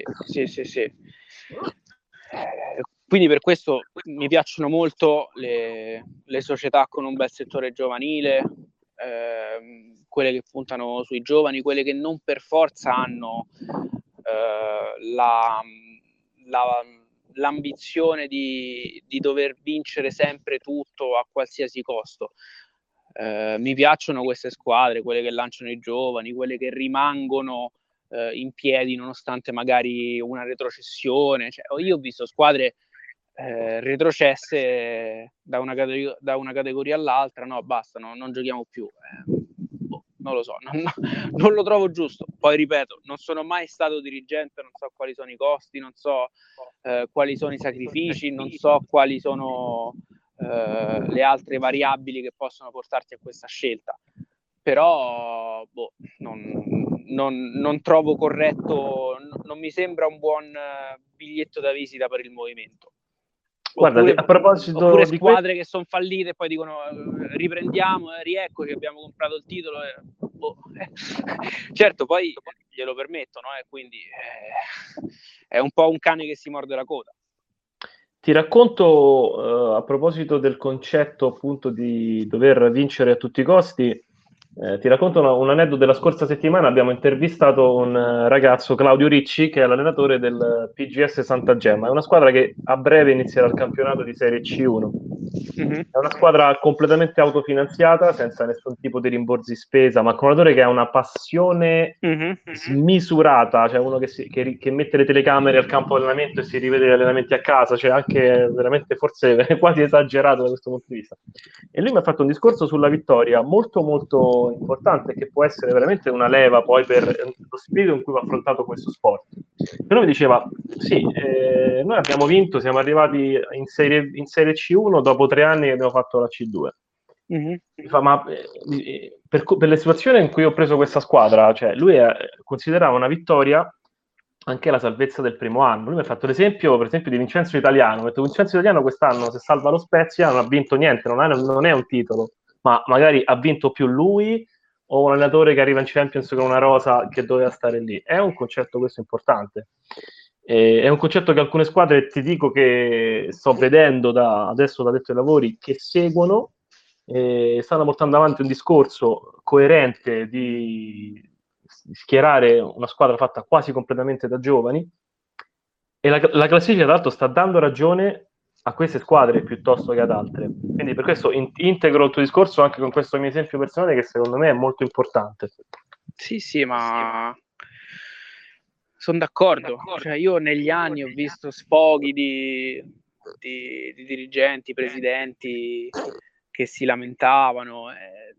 Quindi per questo mi piacciono molto le società con un bel settore giovanile, quelle che puntano sui giovani, quelle che non per forza hanno l'ambizione di dover vincere sempre tutto a qualsiasi costo. Mi piacciono queste squadre, quelle che lanciano i giovani, quelle che rimangono in piedi nonostante magari una retrocessione. Cioè, io ho visto squadre retrocesse da una categoria all'altra, no, basta, non giochiamo più. Non lo so, non lo trovo giusto. Poi ripeto, non sono mai stato dirigente, non so quali sono i costi, non so quali sono i sacrifici, non so quali sono le altre variabili che possono portarti a questa scelta. Però non trovo corretto, non mi sembra un buon biglietto da visita per il movimento. Guarda, a proposito oppure di squadre che sono fallite e poi dicono riprendiamo, rieccoci, abbiamo comprato il titolo. Certo, poi glielo permettono, quindi è un po' un cane che si morde la coda. Ti racconto, a proposito del concetto appunto di dover vincere a tutti i costi, ti racconto un aneddoto della scorsa settimana. Abbiamo intervistato un ragazzo, Claudio Ricci, che è l'allenatore del PGS Santa Gemma. È una squadra che a breve inizierà il campionato di Serie C1. Mm-hmm. È una squadra completamente autofinanziata, senza nessun tipo di rimborsi spesa, ma con un allenatore che ha una passione smisurata, cioè uno che mette le telecamere al campo di allenamento e si rivede gli allenamenti a casa, cioè anche veramente forse quasi esagerato da questo punto di vista. E lui mi ha fatto un discorso sulla vittoria molto molto importante, che può essere veramente una leva poi per lo spirito in cui va affrontato questo sport. Però mi diceva, sì, noi abbiamo vinto, siamo arrivati in serie C1 dopo 3 anni che abbiamo fatto la C2. Mi fa, ma per le situazioni in cui ho preso questa squadra, cioè lui considerava una vittoria anche la salvezza del primo anno. Lui mi ha fatto l'esempio, per esempio, di Vincenzo Italiano. Mi ha detto, Vincenzo Italiano quest'anno, se salva lo Spezia, non ha vinto niente, non è un titolo, ma magari ha vinto più lui o un allenatore che arriva in Champions con una rosa che doveva stare lì. È un concetto questo importante. È un concetto che alcune squadre, ti dico che sto vedendo adesso da detto ai lavori, che seguono, stanno portando avanti un discorso coerente di schierare una squadra fatta quasi completamente da giovani, e la classifica tra l'altro sta dando ragione a queste squadre piuttosto che ad altre. Quindi per questo integro il tuo discorso anche con questo mio esempio personale che secondo me è molto importante. Sì, ma sono d'accordo. Cioè, io negli anni ho visto sfoghi di dirigenti, presidenti che si lamentavano.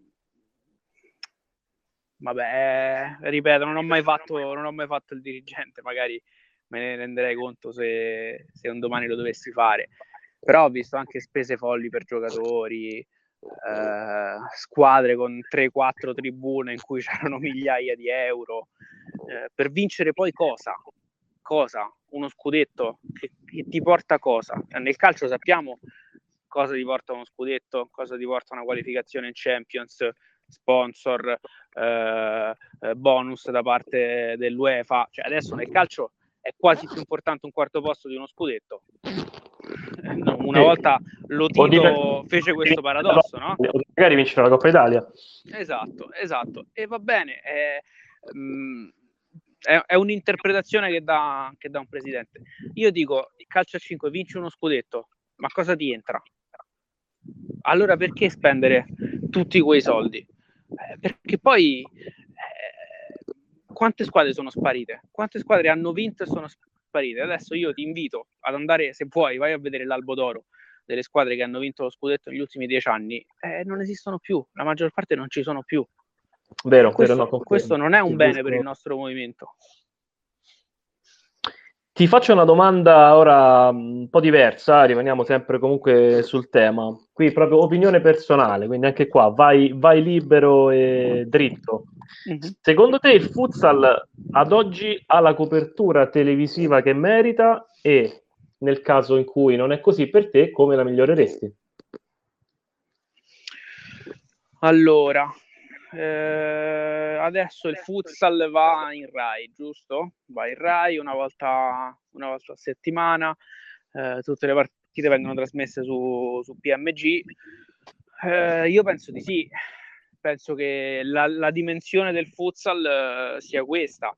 Vabbè, ripeto, non ho mai fatto il dirigente, magari me ne renderei conto se un domani lo dovessi fare. Però ho visto anche spese folli per giocatori, squadre con 3-4 tribune in cui c'erano migliaia di euro, per vincere poi cosa? Uno scudetto che ti porta cosa? Nel calcio sappiamo cosa ti porta uno scudetto, cosa ti porta una qualificazione in Champions, sponsor, bonus da parte dell'UEFA. Cioè adesso nel calcio è quasi più importante un quarto posto di uno scudetto. Una volta lo Tito fece questo paradosso, no? Magari vincere la Coppa Italia. Esatto. E va bene, è un'interpretazione che dà un presidente. Io dico, il calcio a 5 vince uno scudetto, ma cosa ti entra? Allora perché spendere tutti quei soldi? Perché poi quante squadre sono sparite? Quante squadre hanno vinto e sono sparite? Adesso io ti invito ad andare, se vuoi, vai a vedere l'albo d'oro delle squadre che hanno vinto lo scudetto negli ultimi 10 anni. Non esistono più, la maggior parte non ci sono più. Vero, questo non è un bene per il nostro movimento. Ti faccio una domanda ora un po' diversa, rimaniamo sempre comunque sul tema. Qui proprio opinione personale, quindi anche qua vai libero e dritto. Mm-hmm. Secondo te il futsal ad oggi ha la copertura televisiva che merita e nel caso in cui non è così per te, come la miglioreresti? Allora, adesso il futsal va in Rai, giusto? Va in Rai una volta a settimana, tutte le partite vengono trasmesse su PMG. Io penso di sì, penso che la dimensione del futsal sia questa.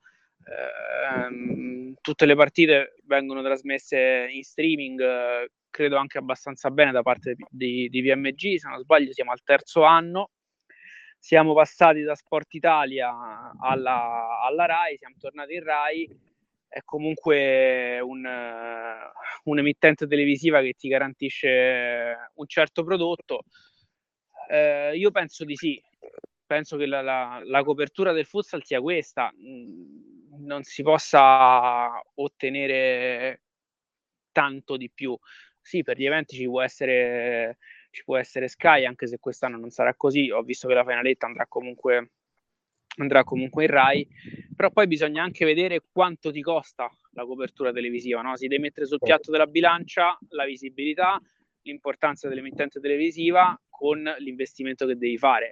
Tutte le partite vengono trasmesse in streaming, credo anche abbastanza bene da parte di PMG, se non sbaglio siamo al 3° anno. Siamo passati da Sport Italia alla Rai, siamo tornati in Rai, è comunque un'emittente televisiva che ti garantisce un certo prodotto. Io penso di sì, penso che la copertura del futsal sia questa, non si possa ottenere tanto di più. Sì, per gli eventi ci può essere Sky, anche se quest'anno non sarà così. Ho visto che la finaletta andrà comunque in Rai, però poi bisogna anche vedere quanto ti costa la copertura televisiva, no? Si deve mettere sul piatto della bilancia la visibilità, l'importanza dell'emittente televisiva con l'investimento che devi fare.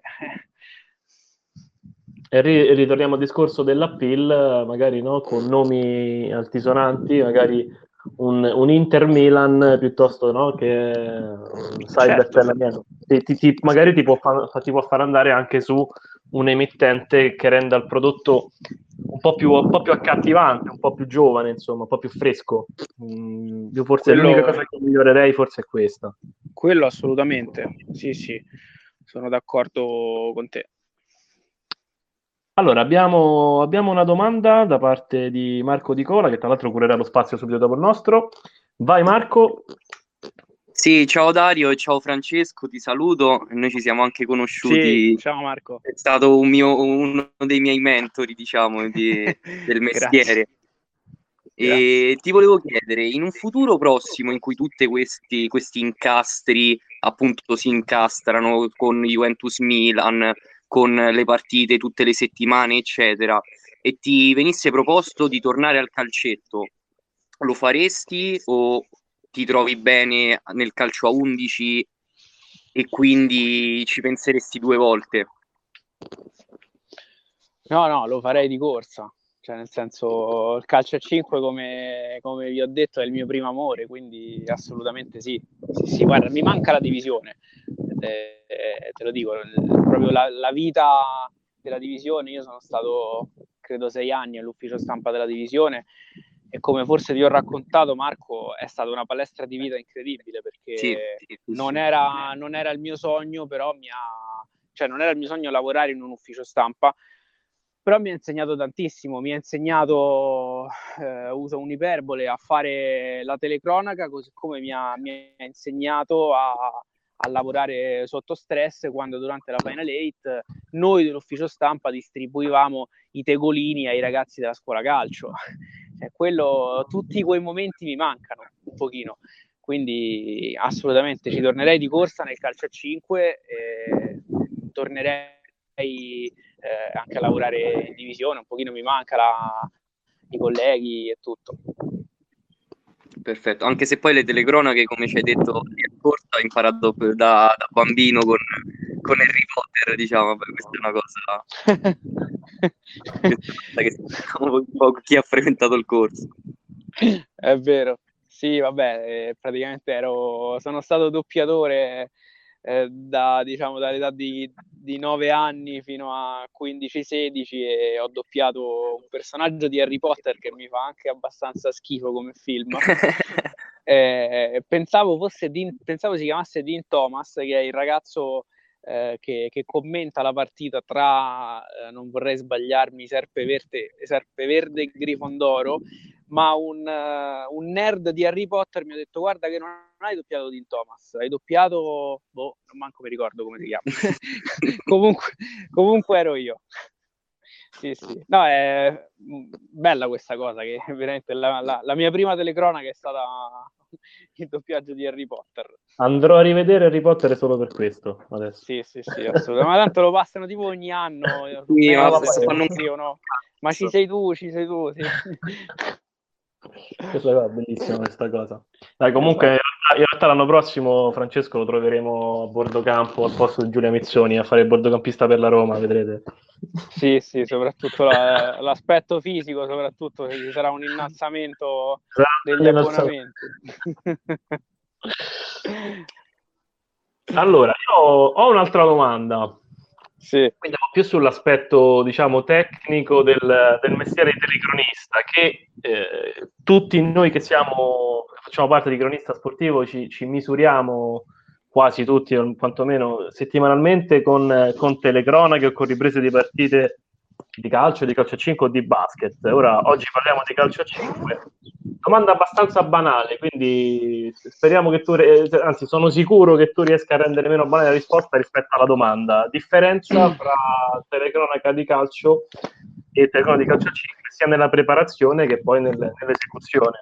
E ritorniamo al discorso dell'appeal, magari no, con nomi altisonanti, magari un Inter Milan piuttosto no, che un Cyber magari ti può far andare anche su un emittente che renda il prodotto un po' più accattivante, un po' più giovane, insomma, un po' più fresco. Io forse l'unica cosa che migliorerei forse è questa. Quello assolutamente, sì, sono d'accordo con te. Allora, abbiamo una domanda da parte di Marco Di Cola, che tra l'altro curerà lo spazio subito dopo il nostro. Vai Marco. Sì, ciao Dario e ciao Francesco, ti saluto. Noi ci siamo anche conosciuti. Sì, ciao Marco. È stato uno dei miei mentori, diciamo, del mestiere. E ti volevo chiedere, in un futuro prossimo in cui tutti questi incastri appunto si incastrano con Juventus Milan, con le partite tutte le settimane, eccetera, e ti venisse proposto di tornare al calcetto, lo faresti o ti trovi bene nel calcio a 11 e quindi ci penseresti 2 volte? No, lo farei di corsa. Cioè, nel senso, il calcio a 5, come vi ho detto, è il mio primo amore, quindi assolutamente sì. Sì, guarda, mi manca la divisione, te lo dico, proprio la vita della divisione. Io sono stato, credo, 6 anni all'ufficio stampa della divisione e come forse ti ho raccontato, Marco, è stata una palestra di vita incredibile, perché Sì. non era il mio sogno, però cioè non era il mio sogno lavorare in un ufficio stampa, però mi ha insegnato tantissimo, mi ha insegnato, uso un'iperbole, a fare la telecronaca, così come mi ha insegnato a lavorare sotto stress, quando durante la Final 8 noi dell'ufficio stampa distribuivamo i tegolini ai ragazzi della scuola calcio. Tutti quei momenti mi mancano un pochino, quindi assolutamente ci tornerei di corsa nel calcio a 5, tornerei anche a lavorare in divisione, un pochino mi manca i colleghi e tutto. Perfetto, anche se poi le telecronache, come ci hai detto, di corsa hai imparato da bambino con Harry Potter, diciamo, beh, questa è una cosa che sappiamo un po' chi ha frequentato il corso. È vero, sì, vabbè, praticamente sono stato doppiatore dall'età di 9 anni fino a 15-16, e ho doppiato un personaggio di Harry Potter che mi fa anche abbastanza schifo come film. Pensavo si chiamasse Dean Thomas, che è il ragazzo che commenta la partita tra, non vorrei sbagliarmi, Serpeverde e Grifondoro, ma un nerd di Harry Potter mi ha detto: guarda che non hai doppiato Dean Thomas, hai doppiato, non manco mi ricordo come si chiama. comunque ero io. Sì. No, è bella questa cosa, che veramente la mia prima telecronaca è stata il doppiaggio di Harry Potter. Andrò a rivedere Harry Potter solo per questo adesso. Sì, assolutamente. Ma tanto lo passano tipo ogni anno. Sì, Ma ci sei tu, sì. Questa è bellissima questa cosa. Dai, comunque in realtà l'anno prossimo Francesco lo troveremo a bordo campo al posto di Giulia Mizzoni a fare il bordocampista per la Roma, vedrete. Sì, soprattutto l'aspetto fisico, soprattutto se ci sarà un innalzamento degli abbonamenti. Allora, io ho un'altra domanda. Sì. Andiamo più sull'aspetto, diciamo, tecnico del mestiere di telecronista, che tutti noi che facciamo parte di cronista sportivo ci misuriamo quasi tutti, quantomeno settimanalmente, con telecronache o con riprese di partite di calcio a 5 o di basket. Ora, oggi parliamo di calcio a 5. Domanda abbastanza banale, quindi speriamo che anzi sono sicuro che tu riesca a rendere meno banale la risposta rispetto alla domanda. Differenza fra telecronaca di calcio e telecronaca di calcio a 5, sia nella preparazione che poi nell'esecuzione.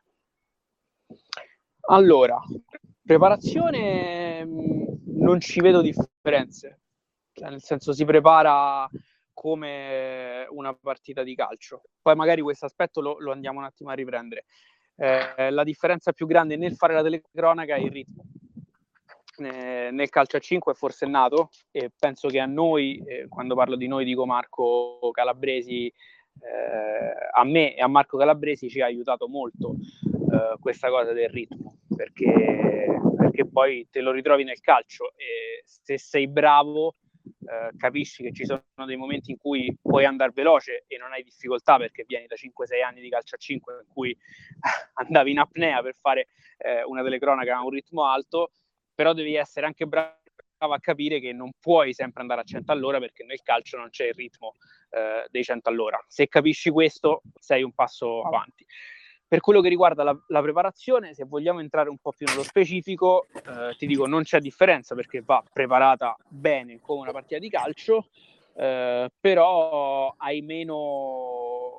Allora, preparazione non ci vedo differenze, cioè, nel senso, si prepara come una partita di calcio. Poi magari questo aspetto lo andiamo un attimo a riprendere. La differenza più grande nel fare la telecronaca è il ritmo. Nel calcio a 5 è forse nato, e penso che a noi, quando parlo di noi dico Marco Calabresi, a me e a Marco Calabresi ci ha aiutato molto questa cosa del ritmo, perché poi te lo ritrovi nel calcio, e se sei bravo capisci che ci sono dei momenti in cui puoi andare veloce e non hai difficoltà, perché vieni da 5-6 anni di calcio a 5 in cui andavi in apnea per fare una telecronaca a un ritmo alto, però devi essere anche bravo a capire che non puoi sempre andare a 100 all'ora, perché nel calcio non c'è il ritmo dei 100 all'ora. Se capisci questo, sei un passo avanti. Per quello che riguarda la preparazione, se vogliamo entrare un po' più nello specifico, ti dico, non c'è differenza, perché va preparata bene come una partita di calcio, però hai meno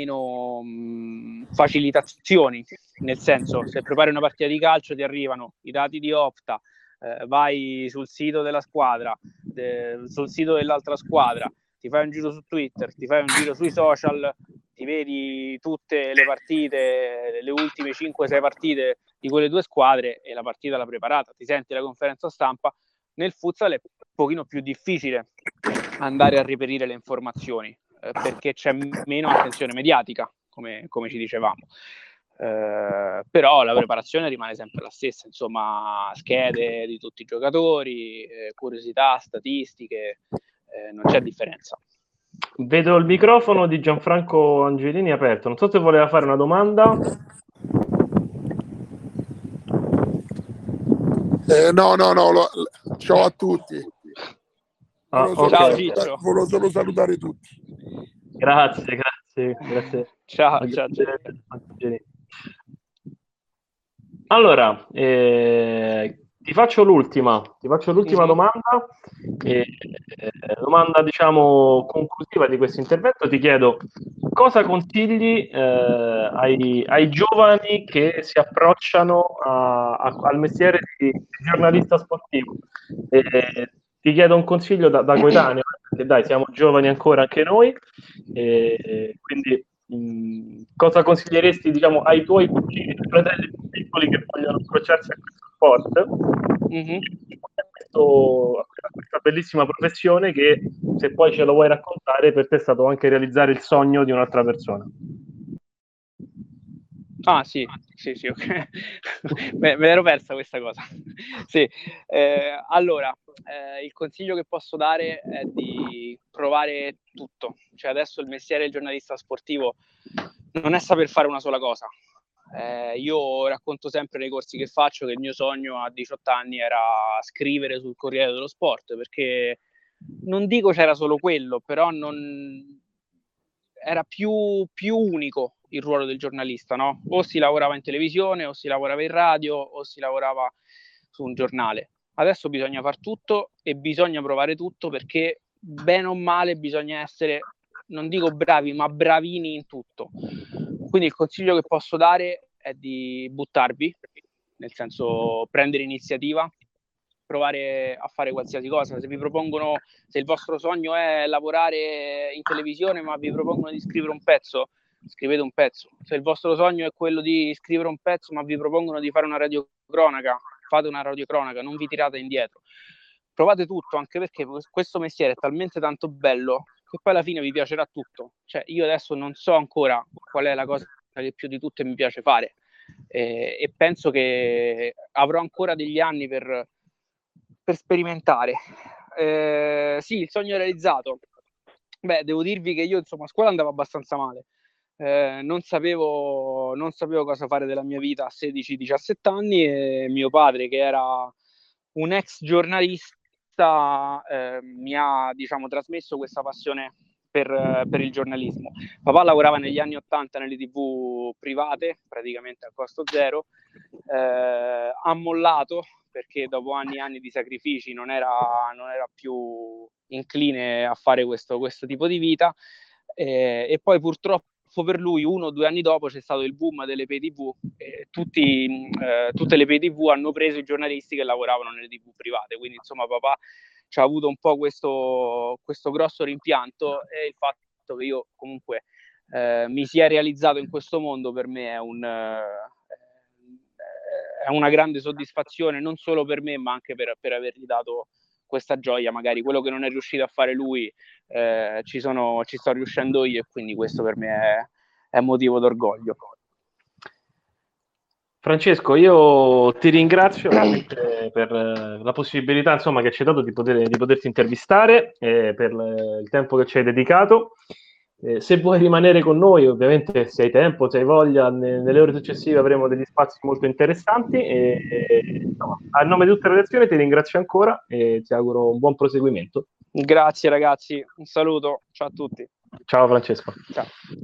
facilitazioni, nel senso, se prepari una partita di calcio ti arrivano i dati di Opta, vai sul sito della squadra, sul sito dell'altra squadra, ti fai un giro su Twitter, ti fai un giro sui social, ti vedi tutte le partite, le ultime 5-6 partite di quelle due squadre, e la partita l'ha preparata, ti senti la conferenza stampa. Nel futsal è un pochino più difficile andare a reperire le informazioni, perché c'è meno attenzione mediatica, come ci dicevamo. Però la preparazione rimane sempre la stessa, insomma, schede di tutti i giocatori, curiosità, statistiche, non c'è differenza. Vedo il microfono di Gianfranco Angelini aperto. Non so se voleva fare una domanda. No, ciao a tutti. Ciao Ciccio. Volevo solo salutare tutti. Grazie. Ciao. Allora, ti faccio l'ultima domanda, domanda diciamo conclusiva di questo intervento. Ti chiedo cosa consigli ai giovani che si approcciano al mestiere di giornalista sportivo. Ti chiedo un consiglio da coetaneo, perché dai, siamo giovani ancora anche noi, quindi cosa consiglieresti, diciamo, ai tuoi cugini, fratelli più piccoli che vogliono approcciarsi a questo sport, a questa bellissima professione che, se poi ce lo vuoi raccontare, per te è stato anche realizzare il sogno di un'altra persona? Ah sì, ok. Me l'ero persa questa cosa. Sì. Allora, il consiglio che posso dare è di provare tutto. Cioè, adesso il mestiere del giornalista sportivo non è saper fare una sola cosa. Io racconto sempre nei corsi che faccio che il mio sogno a 18 anni era scrivere sul Corriere dello Sport, perché non dico c'era solo quello, però non era più unico il ruolo del giornalista, no? O si lavorava in televisione, o si lavorava in radio, o si lavorava su un giornale. Adesso bisogna far tutto e bisogna provare tutto, perché bene o male bisogna essere, non dico bravi, ma bravini in tutto. Quindi il consiglio che posso dare è di buttarvi, nel senso prendere iniziativa, provare a fare qualsiasi cosa. Se vi propongono, se il vostro sogno è lavorare in televisione ma vi propongono di scrivere un pezzo, scrivete un pezzo. Se il vostro sogno è quello di scrivere un pezzo ma vi propongono di fare una radiocronaca, fate una radiocronaca, non vi tirate indietro. Provate tutto, anche perché questo mestiere è talmente tanto bello che poi alla fine vi piacerà tutto. Cioè, io adesso non so ancora qual è la cosa che più di tutte mi piace fare, e penso che avrò ancora degli anni per sperimentare. Sì, il sogno è realizzato. Beh, devo dirvi che io, insomma, a scuola andavo abbastanza male. Non sapevo cosa fare della mia vita a 16-17 anni, e mio padre, che era un ex giornalista, mi ha, diciamo, trasmesso questa passione per il giornalismo. Papà lavorava negli anni 80 nelle TV private, praticamente a costo zero. Ha mollato perché dopo anni e anni di sacrifici non era più incline a fare questo tipo di vita, e poi purtroppo per lui 1 o 2 anni dopo c'è stato il boom delle pay TV, e tutte le pay TV hanno preso i giornalisti che lavoravano nelle TV private, quindi insomma papà ci ha avuto un po' questo grosso rimpianto, e il fatto che io comunque mi sia realizzato in questo mondo per me è una grande soddisfazione, non solo per me ma anche per avergli dato questa gioia. Magari quello che non è riuscito a fare lui, ci sto riuscendo io, e quindi questo per me è motivo d'orgoglio. Francesco, io ti ringrazio veramente per la possibilità, insomma, che ci hai dato di poterti intervistare, per il tempo che ci hai dedicato. Se vuoi rimanere con noi, ovviamente, se hai tempo, se hai voglia, nelle ore successive avremo degli spazi molto interessanti. Insomma, a nome di tutta la redazione ti ringrazio ancora e ti auguro un buon proseguimento. Grazie ragazzi, un saluto, ciao a tutti. Ciao Francesco. Ciao.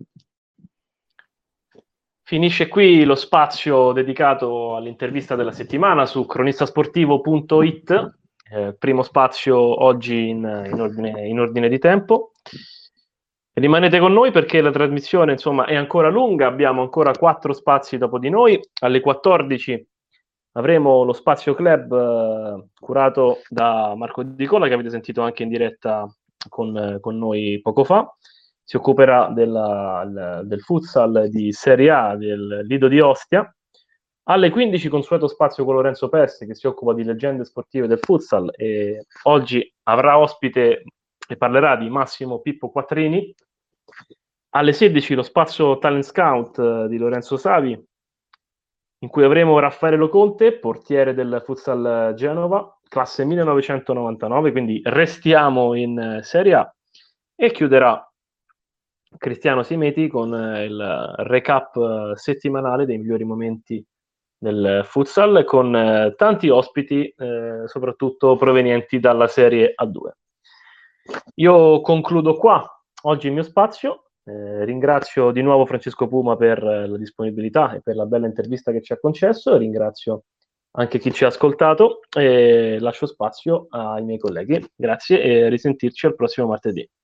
Finisce qui lo spazio dedicato all'intervista della settimana su cronistasportivo.it, primo spazio oggi in ordine di tempo. Rimanete con noi perché la trasmissione, insomma, è ancora lunga, abbiamo ancora 4 spazi dopo di noi. Alle 14 avremo lo spazio club curato da Marco Di Cola, che avete sentito anche in diretta con noi poco fa. Si occuperà del futsal di Serie A del Lido di Ostia. Alle 15 consueto spazio con Lorenzo Pesce, che si occupa di leggende sportive del futsal, e oggi avrà ospite e parlerà di Massimo Pippo Quattrini. Alle 16 lo spazio Talent Scout di Lorenzo Savi, in cui avremo Raffaele Loconte, portiere del futsal Genova, classe 1999, quindi restiamo in Serie A, e chiuderà Cristiano Simeti con il recap settimanale dei migliori momenti del futsal, con tanti ospiti, soprattutto provenienti dalla Serie A2. Io concludo qua oggi il mio spazio. Ringrazio di nuovo Francesco Puma per la disponibilità e per la bella intervista che ci ha concesso. Ringrazio anche chi ci ha ascoltato e lascio spazio ai miei colleghi. Grazie e risentirci al prossimo martedì.